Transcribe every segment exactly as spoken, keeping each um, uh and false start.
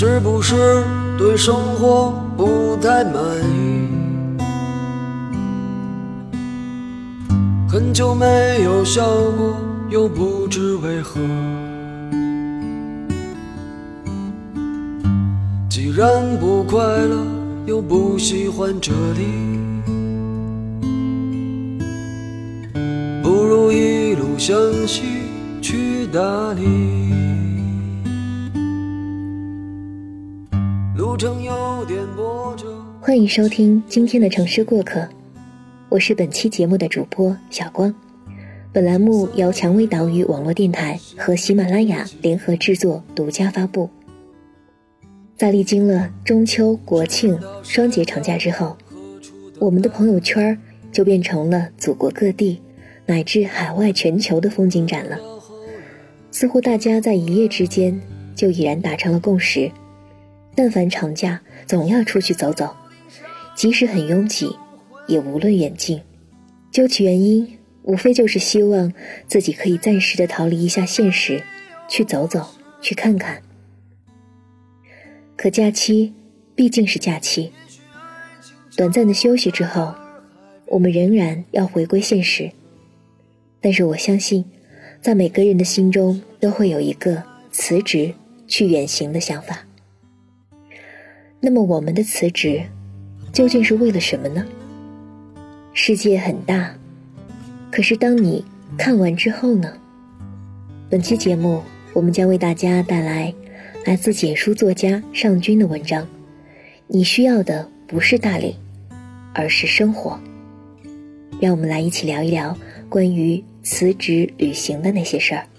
是不是对生活不太满意？很久没有笑过，又不知为何。既然不快乐，又不喜欢这里，不如一路向西去大理。路程有点波折。 欢迎收听今天的城市过客，我是本期节目的主播小光。本栏目由蔷薇岛屿网络电台和喜马拉雅联合制作，独家发布。在历经了中秋、国庆、双节长假之后，我们的朋友圈就变成了祖国各地乃至海外全球的风景展了。似乎大家在一夜之间就已然达成了共识，但凡长假总要出去走走，即使很拥挤也无论远近。究其原因，无非就是希望自己可以暂时的逃离一下现实，去走走，去看看。可假期毕竟是假期，短暂的休息之后，我们仍然要回归现实。但是我相信，在每个人的心中都会有一个辞职去远行的想法。那么我们的辞职究竟是为了什么呢？世界很大，可是当你看完之后呢？本期节目我们将为大家带来来自简书作家尚君的文章，你需要的不是大理，而是生活。让我们来一起聊一聊关于辞职旅行的那些事儿。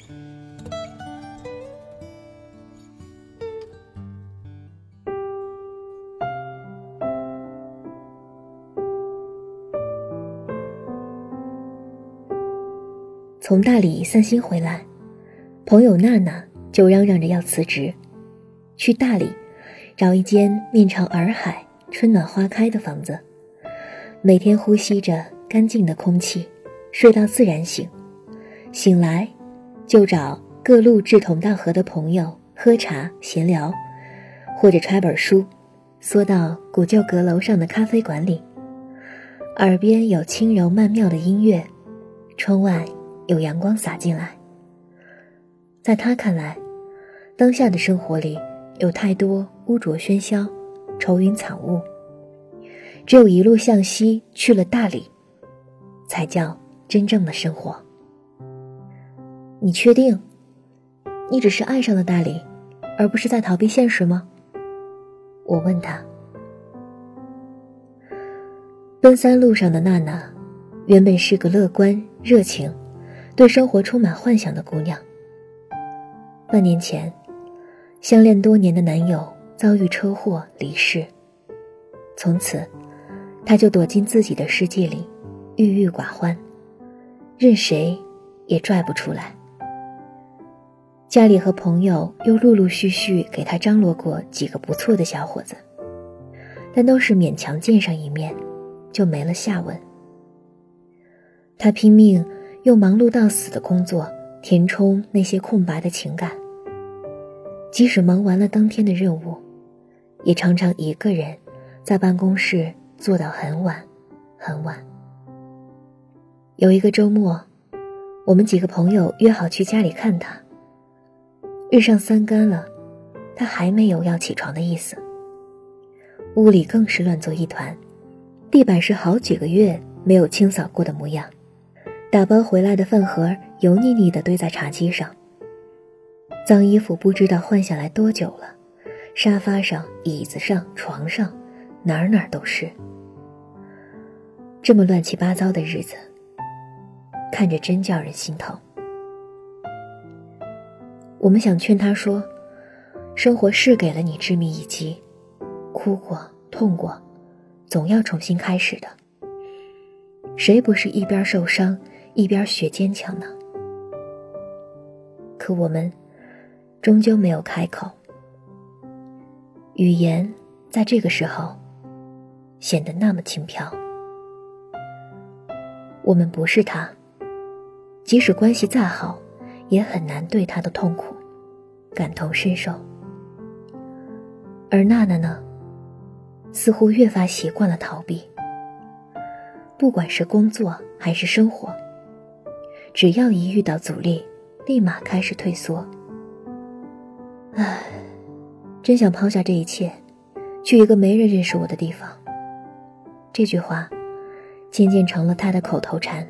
从大理散心回来，朋友娜娜就嚷嚷着要辞职，去大理找一间面朝洱海、春暖花开的房子，每天呼吸着干净的空气，睡到自然醒，醒来就找各路志同道合的朋友喝茶闲聊，或者揣本书缩到古旧阁楼上的咖啡馆里，耳边有轻柔曼妙的音乐，窗外有阳光洒进来。在他看来，当下的生活里有太多污浊喧嚣、愁云惨雾，只有一路向西去了大理，才叫真正的生活。你确定你只是爱上了大理，而不是在逃避现实吗？我问他。奔三路上的娜娜原本是个乐观热情，对生活充满幻想的姑娘。半年前，相恋多年的男友遭遇车祸离世，从此她就躲进自己的世界里，郁郁寡欢，任谁也拽不出来。家里和朋友又陆陆续续给她张罗过几个不错的小伙子，但都是勉强见上一面就没了下文。她拼命用忙碌到死的工作填充那些空白的情感，即使忙完了当天的任务，也常常一个人在办公室坐到很晚很晚。有一个周末，我们几个朋友约好去家里看他，日上三竿了，他还没有要起床的意思。屋里更是乱作一团，地板是好几个月没有清扫过的模样，打包回来的饭盒油腻腻地堆在茶几上，脏衣服不知道换下来多久了，沙发上、椅子上、床上，哪儿哪儿都是。这么乱七八糟的日子，看着真叫人心疼。我们想劝他说，生活是给了你致命一击，哭过痛过，总要重新开始的。谁不是一边受伤一边学坚强呢？可我们终究没有开口，语言在这个时候显得那么轻飘。我们不是他，即使关系再好，也很难对他的痛苦感同身受。 而娜娜呢，似乎越发习惯了逃避。不管是工作还是生活，只要一遇到阻力，立马开始退缩。唉，真想抛下这一切，去一个没人认识我的地方。这句话渐渐成了他的口头禅。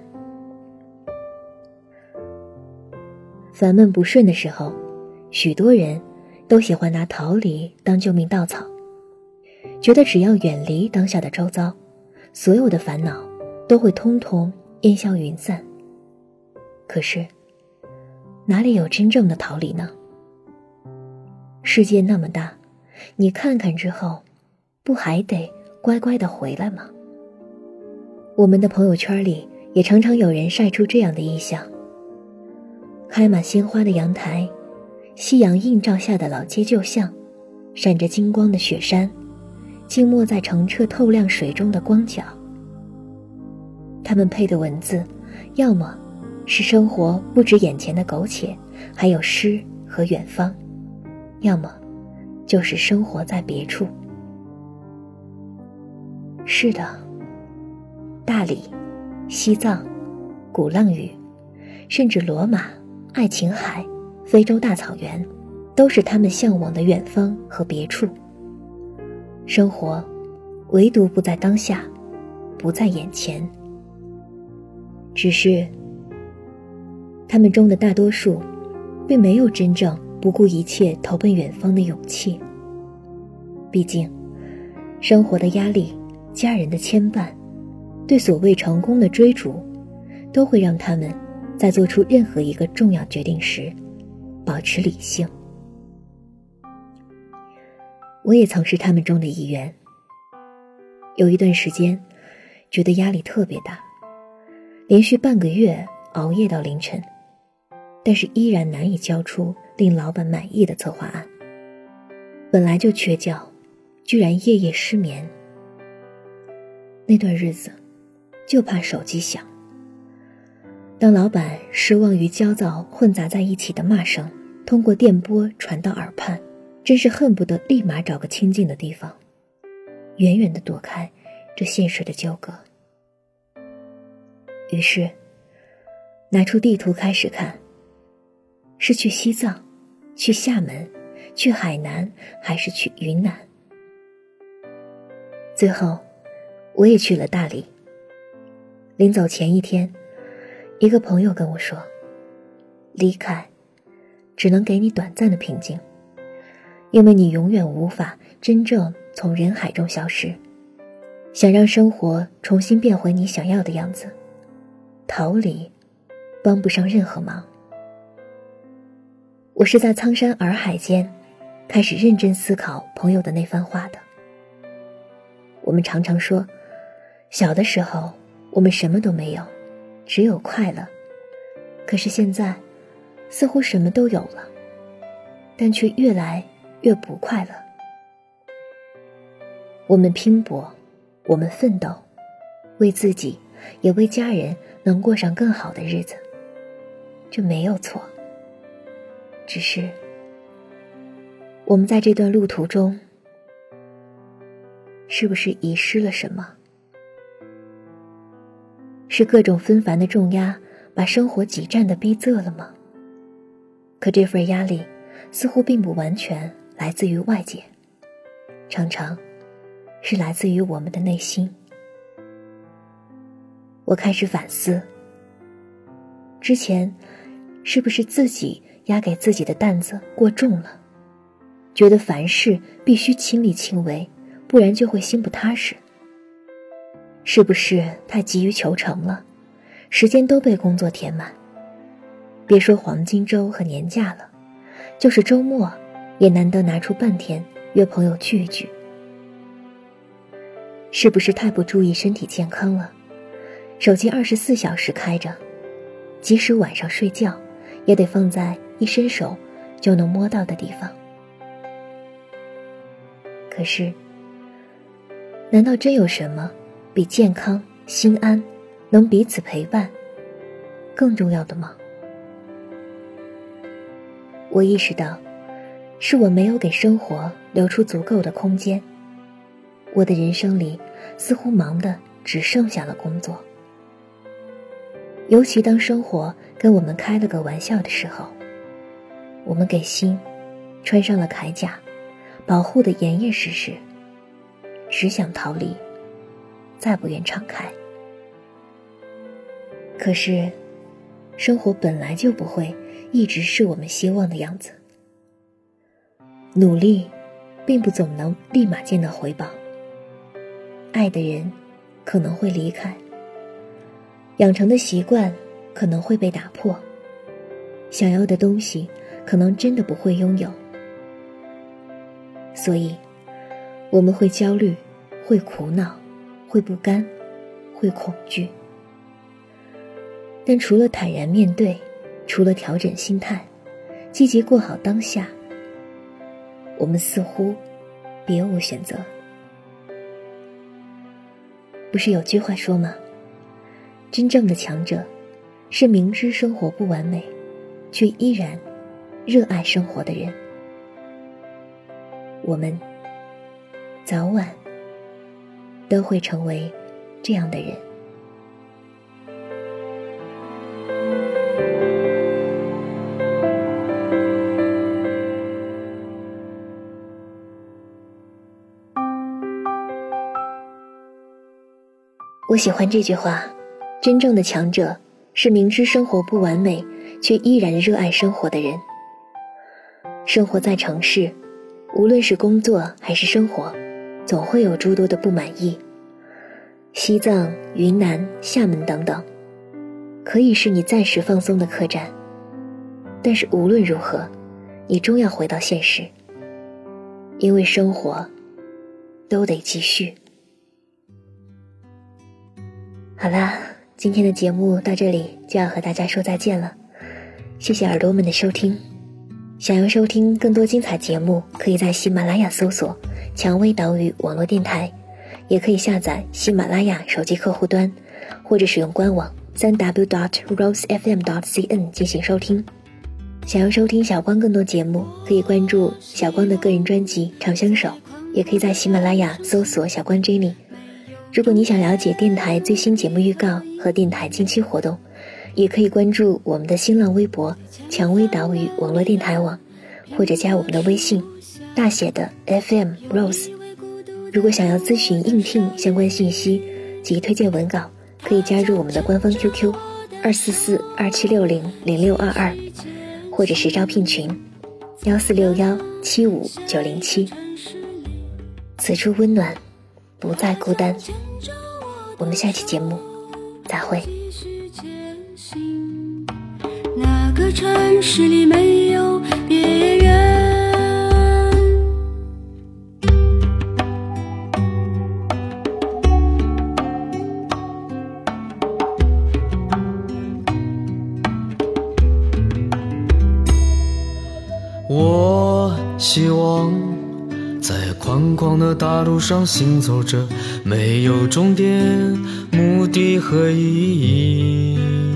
烦闷不顺的时候，许多人都喜欢拿逃离当救命稻草，觉得只要远离当下的周遭，所有的烦恼都会通通烟消云散。可是哪里有真正的逃离呢？世界那么大，你看看之后，不还得乖乖地回来吗？我们的朋友圈里也常常有人晒出这样的意象：开满鲜花的阳台，夕阳映照下的老街旧巷，闪着金光的雪山，静默在澄澈透亮水中的光角。他们配的文字，要么是生活不止眼前的苟且，还有诗和远方，要么就是生活在别处。是的，大理、西藏、鼓浪屿，甚至罗马、爱琴海、非洲大草原，都是他们向往的远方和别处。生活唯独不在当下，不在眼前。只是他们中的大多数并没有真正不顾一切投奔远方的勇气。毕竟生活的压力，家人的牵绊，对所谓成功的追逐，都会让他们在做出任何一个重要决定时保持理性。我也曾是他们中的一员。有一段时间觉得压力特别大，连续半个月熬夜到凌晨，但是依然难以交出令老板满意的策划案。本来就缺觉，居然夜夜失眠。那段日子就怕手机响，当老板失望于焦躁混杂在一起的骂声通过电波传到耳畔，真是恨不得立马找个清静的地方，远远地躲开这现实的纠葛。于是拿出地图开始看，是去西藏，去厦门，去海南，还是去云南？最后我也去了大理。临走前一天，一个朋友跟我说，离开只能给你短暂的平静，因为你永远无法真正从人海中消失。想让生活重新变回你想要的样子，逃离帮不上任何忙。我是在苍山洱海间开始认真思考朋友的那番话的。我们常常说，小的时候我们什么都没有，只有快乐。可是现在似乎什么都有了，但却越来越不快乐。我们拼搏，我们奋斗，为自己也为家人能过上更好的日子，这没有错。只是我们在这段路途中，是不是遗失了什么？是各种纷繁的重压把生活挤占的逼仄了吗？可这份压力似乎并不完全来自于外界，常常是来自于我们的内心。我开始反思，之前是不是自己压给自己的担子过重了，觉得凡事必须亲力亲为，不然就会心不踏实。是不是太急于求成了，时间都被工作填满，别说黄金周和年假了，就是周末也难得拿出半天约朋友聚一聚。是不是太不注意身体健康了，手机二十四小时开着，即使晚上睡觉也得放在一伸手就能摸到的地方。可是难道真有什么比健康、心安、能彼此陪伴更重要的吗？我意识到， 是我没有给生活留出足够的空间。我的人生里似乎忙的只剩下了工作。尤其当生活跟我们开了个玩笑的时候，我们给心穿上了铠甲，保护得严严实实，只想逃离，再不愿敞开。可是生活本来就不会一直是我们希望的样子，努力并不总能立马见到回报，爱的人可能会离开，养成的习惯可能会被打破，想要的东西可能真的不会拥有。所以我们会焦虑，会苦恼，会不甘，会恐惧。但除了坦然面对，除了调整心态，积极过好当下，我们似乎别无选择。不是有句话说吗？真正的强者是明知生活不完美，却依然热爱生活的人。我们早晚都会成为这样的人。我喜欢这句话，真正的强者是明知生活不完美，却依然热爱生活的人。生活在城市，无论是工作还是生活，总会有诸多的不满意。西藏、云南、厦门等等，可以是你暂时放松的客栈，但是无论如何，你终要回到现实，因为生活都得继续。好啦，今天的节目到这里就要和大家说再见了，谢谢耳朵们的收听。想要收听更多精彩节目，可以在喜马拉雅搜索蔷薇岛屿网络电台，也可以下载喜马拉雅手机客户端，或者使用官网 三 w dot rose f m dot c n 进行收听。想要收听小光更多节目，可以关注小光的个人专辑《长相守》，也可以在喜马拉雅搜索小光 Jenny。如果你想了解电台最新节目预告和电台近期活动，也可以关注我们的新浪微博蔷薇岛屿网络电台网，或者加我们的微信大写的 F M Rose。 如果想要咨询应聘相关信息及推荐文稿，可以加入我们的官方 Q Q 二四四二七六零零六二二，或者是招聘群幺四六幺七五九零七。此处温暖，不再孤单。我们下期节目再会。 那个城市里没有别人， 我希望在宽广的大路上行走着，没有终点、目的和意义。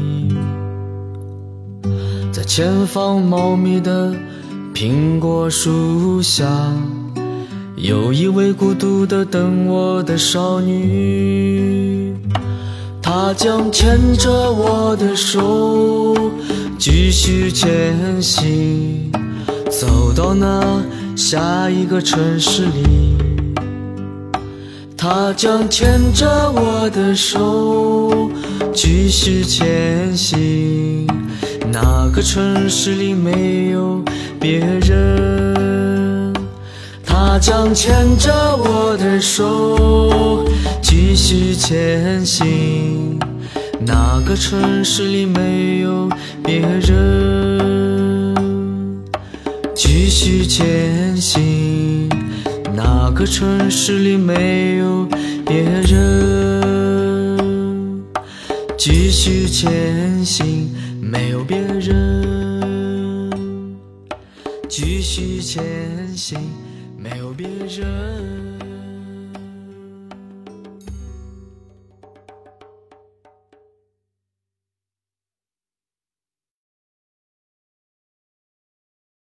在前方茂密的苹果树下，有一位孤独的等我的少女，她将牵着我的手继续前行，走到那下一个城市里。她将牵着我的手继续前行，那个城市里没有别人。她将牵着我的手继续前行，那个城市里没有别人。继续前行，那个城市里没有别人。继续前行，没有别人。继续前行，没有别人。